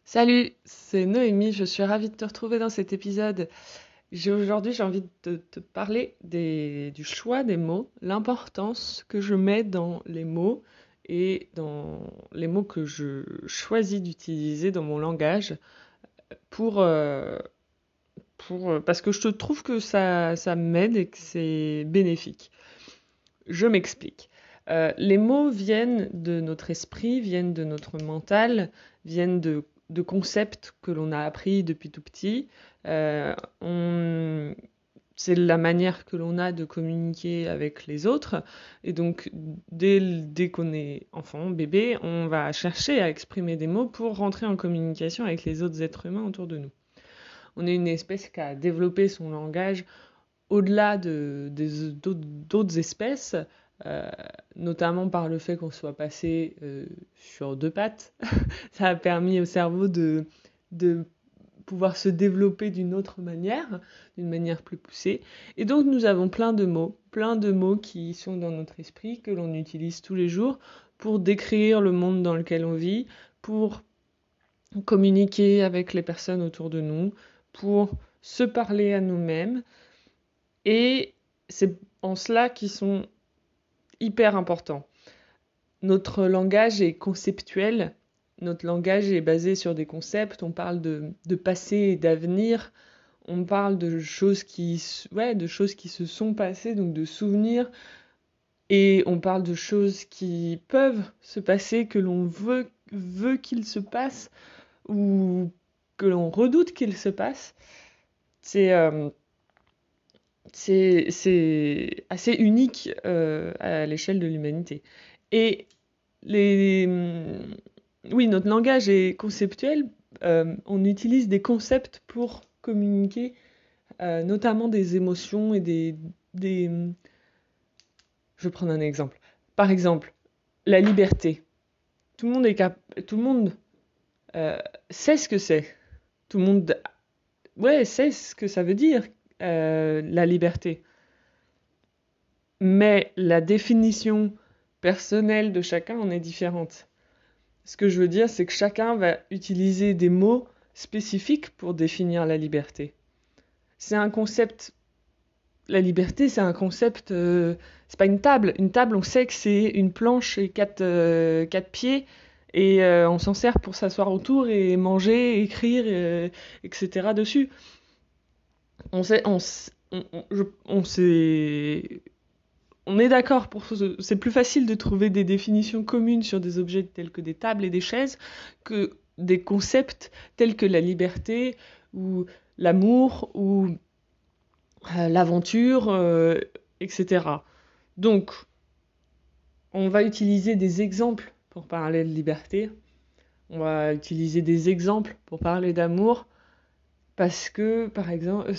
Salut, c'est Noémie, je suis ravie de te retrouver dans cet épisode. Aujourd'hui, j'ai envie de te parler du choix des mots, l'importance que je mets dans les mots et dans les mots que je choisis d'utiliser dans mon langage pour, euh, parce que je te trouve que ça m'aide et que c'est bénéfique. Je m'explique. Les mots viennent de notre esprit, viennent de notre mental, viennent de concepts que l'on a appris depuis tout petit. Euh, on- c'est la manière que l'on a de communiquer avec les autres. Et donc, dès qu'on est enfant, bébé, on va chercher à exprimer des mots pour rentrer en communication avec les autres êtres humains autour de nous. On est une espèce qui a développé son langage au-delà d'autres espèces, euh, notamment par le fait qu'on soit passé sur deux pattes. Ça a permis au cerveau de pouvoir se développer d'une manière plus poussée. Et donc nous avons plein de mots qui sont dans notre esprit, que l'on utilise tous les jours pour décrire le monde dans lequel on vit, pour communiquer avec les personnes autour de nous, pour se parler à nous-mêmes. Et c'est en cela qu'ils sont hyper importants. Notre langage est conceptuel, notre langage est basé sur des concepts, on parle de passé et d'avenir, on parle de choses qui se sont passées, donc de souvenirs, et on parle de choses qui peuvent se passer, que l'on veut qu'ils se passent, ou que l'on redoute qu'ils se passent. C'est c'est assez unique à l'échelle de l'humanité. Et les, oui, notre langage est conceptuel. On utilise des concepts pour communiquer, notamment des émotions et des... Je vais prendre un exemple. Par exemple, la liberté. Tout le monde euh, sait ce que c'est. Tout le monde, ouais, sait ce que ça veut dire, la liberté. Mais la définition personnelle de chacun en est différente. Ce que je veux dire, c'est que chacun va utiliser des mots spécifiques pour définir la liberté. C'est un concept. La liberté, c'est un concept. C'est pas une table. Une table, on sait que c'est une planche et quatre pieds, et on s'en sert pour s'asseoir autour et manger, écrire, etc. dessus. On sait, on sait, on est d'accord c'est plus facile de trouver des définitions communes sur des objets tels que des tables et des chaises que des concepts tels que la liberté ou l'amour ou l'aventure, etc. Donc, on va utiliser des exemples pour parler de liberté, on va utiliser des exemples pour parler d'amour, parce que, par exemple,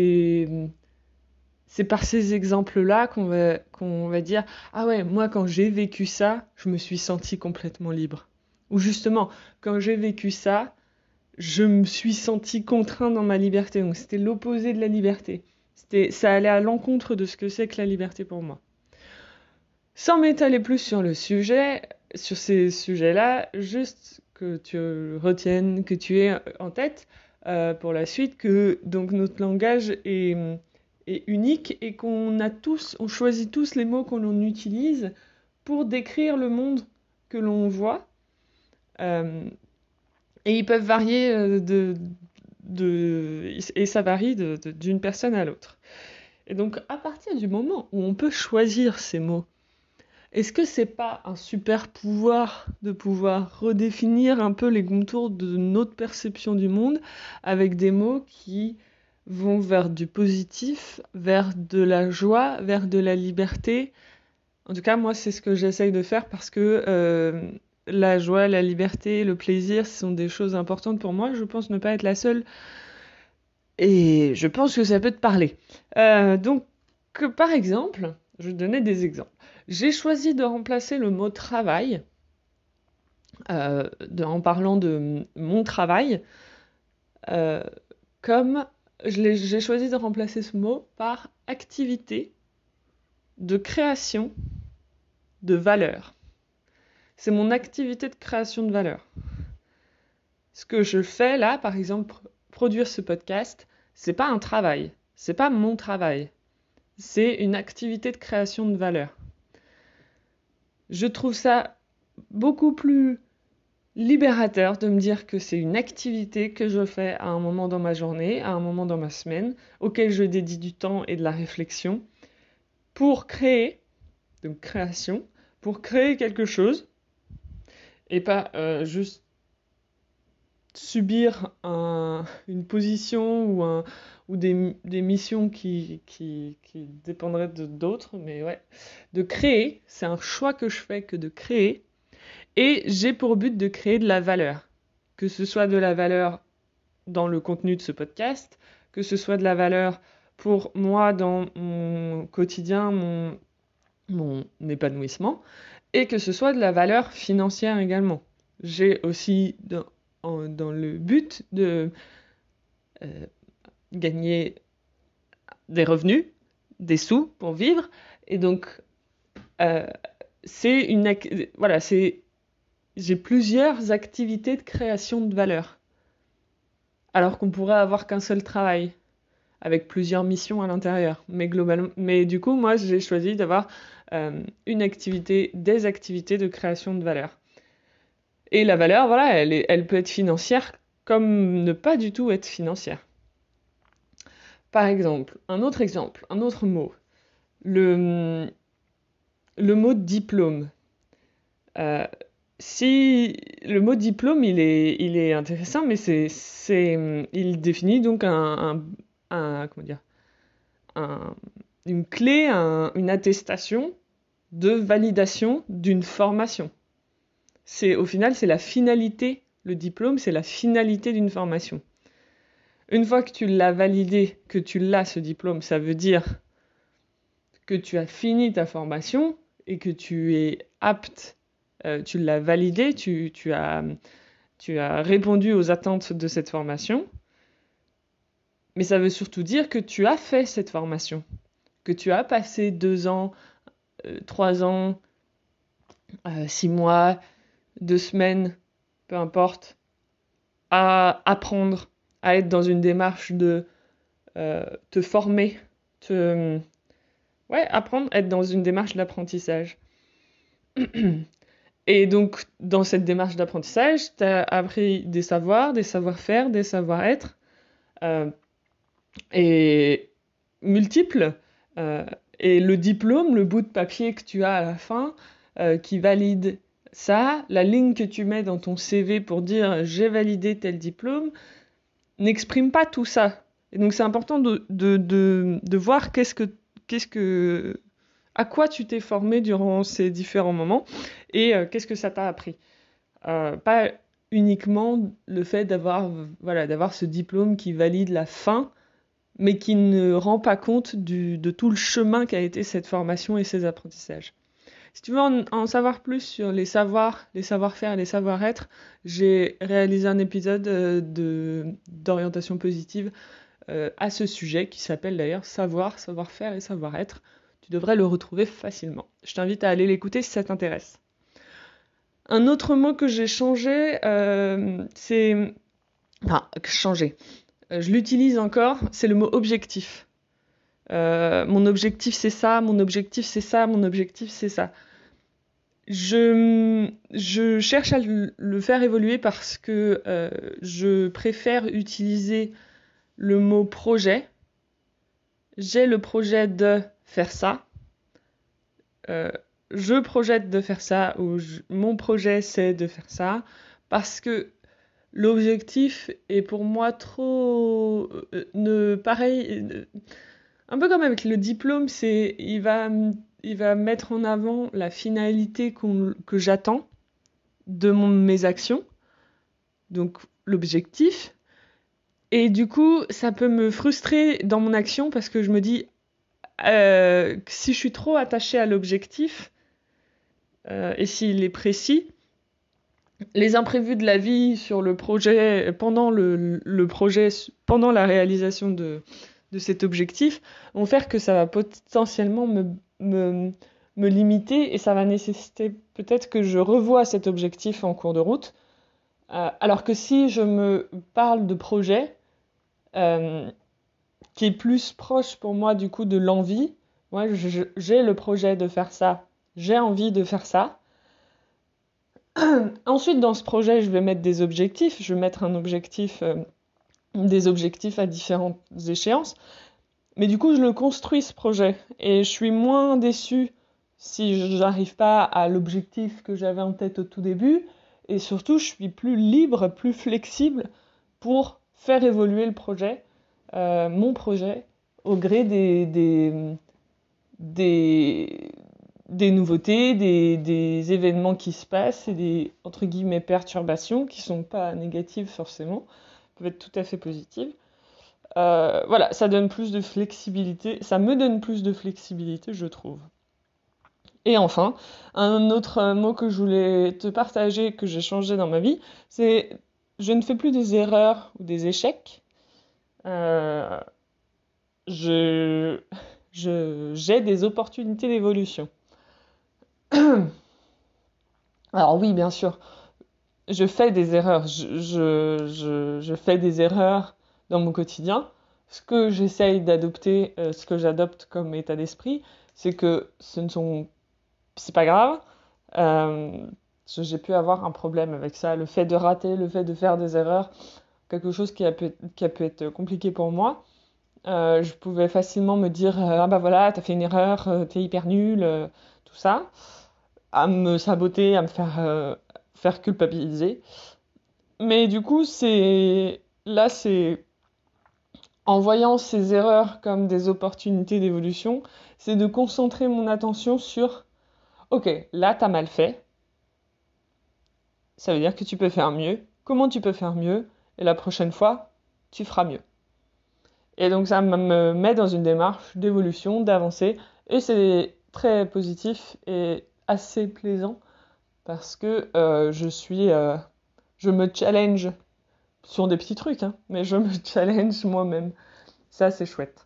c'est par ces exemples-là qu'on va dire ah ouais, moi quand j'ai vécu ça, je me suis senti complètement libre. Ou justement, quand j'ai vécu ça, je me suis senti contraint dans ma liberté. Donc c'était l'opposé de la liberté. Ça allait à l'encontre de ce que c'est que la liberté pour moi. Sans m'étaler plus sur le sujet, sur ces sujets-là, juste que tu retiennes, que tu aies en tête pour la suite que donc notre langage est unique et on choisit tous les mots qu'on utilise pour décrire le monde que l'on voit. Euh, et ils peuvent varier et ça varie d'une personne à l'autre. Et donc, à partir du moment où on peut choisir ces mots, est-ce que c'est pas un super pouvoir de pouvoir redéfinir un peu les contours de notre perception du monde avec des mots qui vont vers du positif, vers de la joie, vers de la liberté? En tout cas, moi, c'est ce que j'essaye de faire parce que la joie, la liberté, le plaisir, ce sont des choses importantes pour moi. Je pense ne pas être la seule et je pense que ça peut te parler. Donc, par exemple, je vais te donner des exemples. J'ai choisi de remplacer le mot travail, en parlant de mon travail, euh, comme j'ai choisi de remplacer ce mot par activité de création de valeur. C'est mon activité de création de valeur. ce que je fais là, par exemple, produire ce podcast, c'est pas un travail, c'est pas mon travail, c'est une activité de création de valeur. Je trouve ça beaucoup plus libérateur de me dire que c'est une activité que je fais à un moment dans ma journée, à un moment dans ma semaine, auquel je dédie du temps et de la réflexion pour créer, donc création, pour créer quelque chose et pas juste subir une position ou des missions qui dépendraient d'autres, mais ouais, de créer, c'est un choix que je fais que de créer, et j'ai pour but de créer de la valeur, que ce soit de la valeur dans le contenu de ce podcast, que ce soit de la valeur pour moi dans mon quotidien, mon épanouissement, et que ce soit de la valeur financière également. J'ai aussi dans le but de gagner des revenus, des sous pour vivre, et donc j'ai plusieurs activités de création de valeur, alors qu'on pourrait avoir qu'un seul travail avec plusieurs missions à l'intérieur. Mais du coup, moi, j'ai choisi d'avoir des activités de création de valeur. Et la valeur, voilà, elle peut être financière comme ne pas du tout être financière. Par exemple, un autre mot, le mot diplôme. Si le mot diplôme, il est intéressant, mais il définit donc une clé, une attestation de validation d'une formation. Au final, c'est la finalité. Le diplôme, c'est la finalité d'une formation. Une fois que tu l'as validé, que tu l'as ce diplôme, ça veut dire que tu as fini ta formation et que tu es apte, tu l'as validé, tu as répondu aux attentes de cette formation. Mais ça veut surtout dire que tu as fait cette formation, que tu as passé 2 ans, 3 ans, 6 mois, 2 semaines, peu importe, à apprendre, à être dans une démarche de te former, apprendre, être dans une démarche d'apprentissage. Et donc, dans cette démarche d'apprentissage, tu as appris des savoirs, des savoir-faire, des savoir-être, et multiples. Et le diplôme, le bout de papier que tu as à la fin, qui valide ça, la ligne que tu mets dans ton CV pour dire j'ai validé tel diplôme, n'exprime pas tout ça. Et donc c'est important de voir à quoi tu t'es formé durant ces différents moments et qu'est-ce que ça t'a appris. Pas uniquement le fait d'avoir ce diplôme qui valide la fin, mais qui ne rend pas compte de tout le chemin qu'a été cette formation et ces apprentissages. Si tu veux en savoir plus sur les savoirs, les savoir-faire et les savoir-être, j'ai réalisé un épisode d'orientation positive à ce sujet qui s'appelle d'ailleurs Savoir, savoir-faire et savoir-être. Tu devrais le retrouver facilement. Je t'invite à aller l'écouter si ça t'intéresse. Un autre mot que j'ai changé, je l'utilise encore, c'est le mot objectif. Mon objectif c'est ça, mon objectif c'est ça, mon objectif c'est ça. Je cherche à le faire évoluer parce que je préfère utiliser le mot projet. J'ai le projet de faire ça. Je projette de faire ça ou mon projet c'est de faire ça parce que l'objectif est pour moi trop un peu comme avec le diplôme, il va mettre en avant la finalité que j'attends de mes actions, donc l'objectif. Et du coup, ça peut me frustrer dans mon action parce que je me dis, si je suis trop attachée à l'objectif, et s'il est précis, les imprévus de la vie sur le projet, pendant le projet, pendant la réalisation de cet objectif, vont faire que ça va potentiellement me limiter et ça va nécessiter peut-être que je revoie cet objectif en cours de route Alors que si je me parle de projet, euh, qui est plus proche pour moi du coup de l'envie, moi j'ai le projet de faire ça, j'ai envie de faire ça. Ensuite, dans ce projet, je vais mettre des objectifs. Je vais mettre des objectifs à différentes échéances. Mais du coup, je le construis, ce projet. Et je suis moins déçue si j'arrive pas à l'objectif que j'avais en tête au tout début. Et surtout, je suis plus libre, plus flexible pour faire évoluer le projet, mon projet, au gré des, des nouveautés, des événements qui se passent et des, entre guillemets, perturbations qui sont pas négatives forcément, peuvent être tout à fait positives. Voilà, ça donne plus de flexibilité, ça me donne plus de flexibilité, je trouve. Et enfin, un autre mot que je voulais te partager, que j'ai changé dans ma vie, c'est je ne fais plus des erreurs ou des échecs. Euh, je, j'ai des opportunités d'évolution. Alors oui, bien sûr, je fais des erreurs. Je fais des erreurs dans mon quotidien. Ce que j'essaye d'adopter, ce que j'adopte comme état d'esprit, c'est que c'est pas grave. Euh, j'ai pu avoir un problème avec ça. Le fait de rater, le fait de faire des erreurs, quelque chose qui a pu être compliqué pour moi. Je pouvais facilement me dire, ah bah voilà, t'as fait une erreur, t'es hyper nul, tout ça, à me saboter, à me faire culpabiliser. Mais du coup, c'est en voyant ces erreurs comme des opportunités d'évolution, c'est de concentrer mon attention sur, ok, là t'as mal fait, ça veut dire que tu peux faire mieux. Comment tu peux faire mieux? Et la prochaine fois, tu feras mieux. Et donc ça me met dans une démarche d'évolution, d'avancer, et c'est très positif et assez plaisant parce que je me challenge sur des petits trucs, hein, mais je me challenge moi-même. Ça, c'est chouette.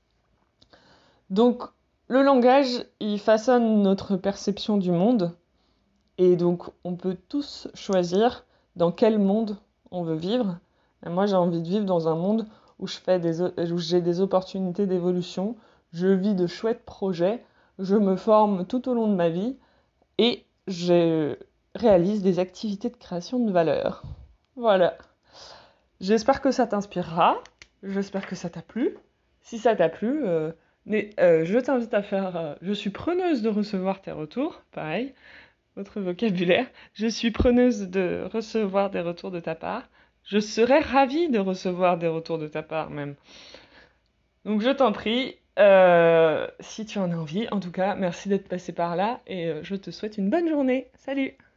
Donc, le langage, il façonne notre perception du monde, et donc on peut tous choisir dans quel monde on veut vivre. Et moi, j'ai envie de vivre dans un monde où où j'ai des opportunités d'évolution, je vis de chouettes projets, je me forme tout au long de ma vie, et je réalise des activités de création de valeur. Voilà. J'espère que ça t'inspirera. J'espère que ça t'a plu. Si ça t'a plu, je t'invite à faire. Je suis preneuse de recevoir tes retours. Pareil, votre vocabulaire. Je suis preneuse de recevoir des retours de ta part. Je serais ravie de recevoir des retours de ta part même. Donc je t'en prie, si tu en as envie. En tout cas, merci d'être passé par là et je te souhaite une bonne journée. Salut!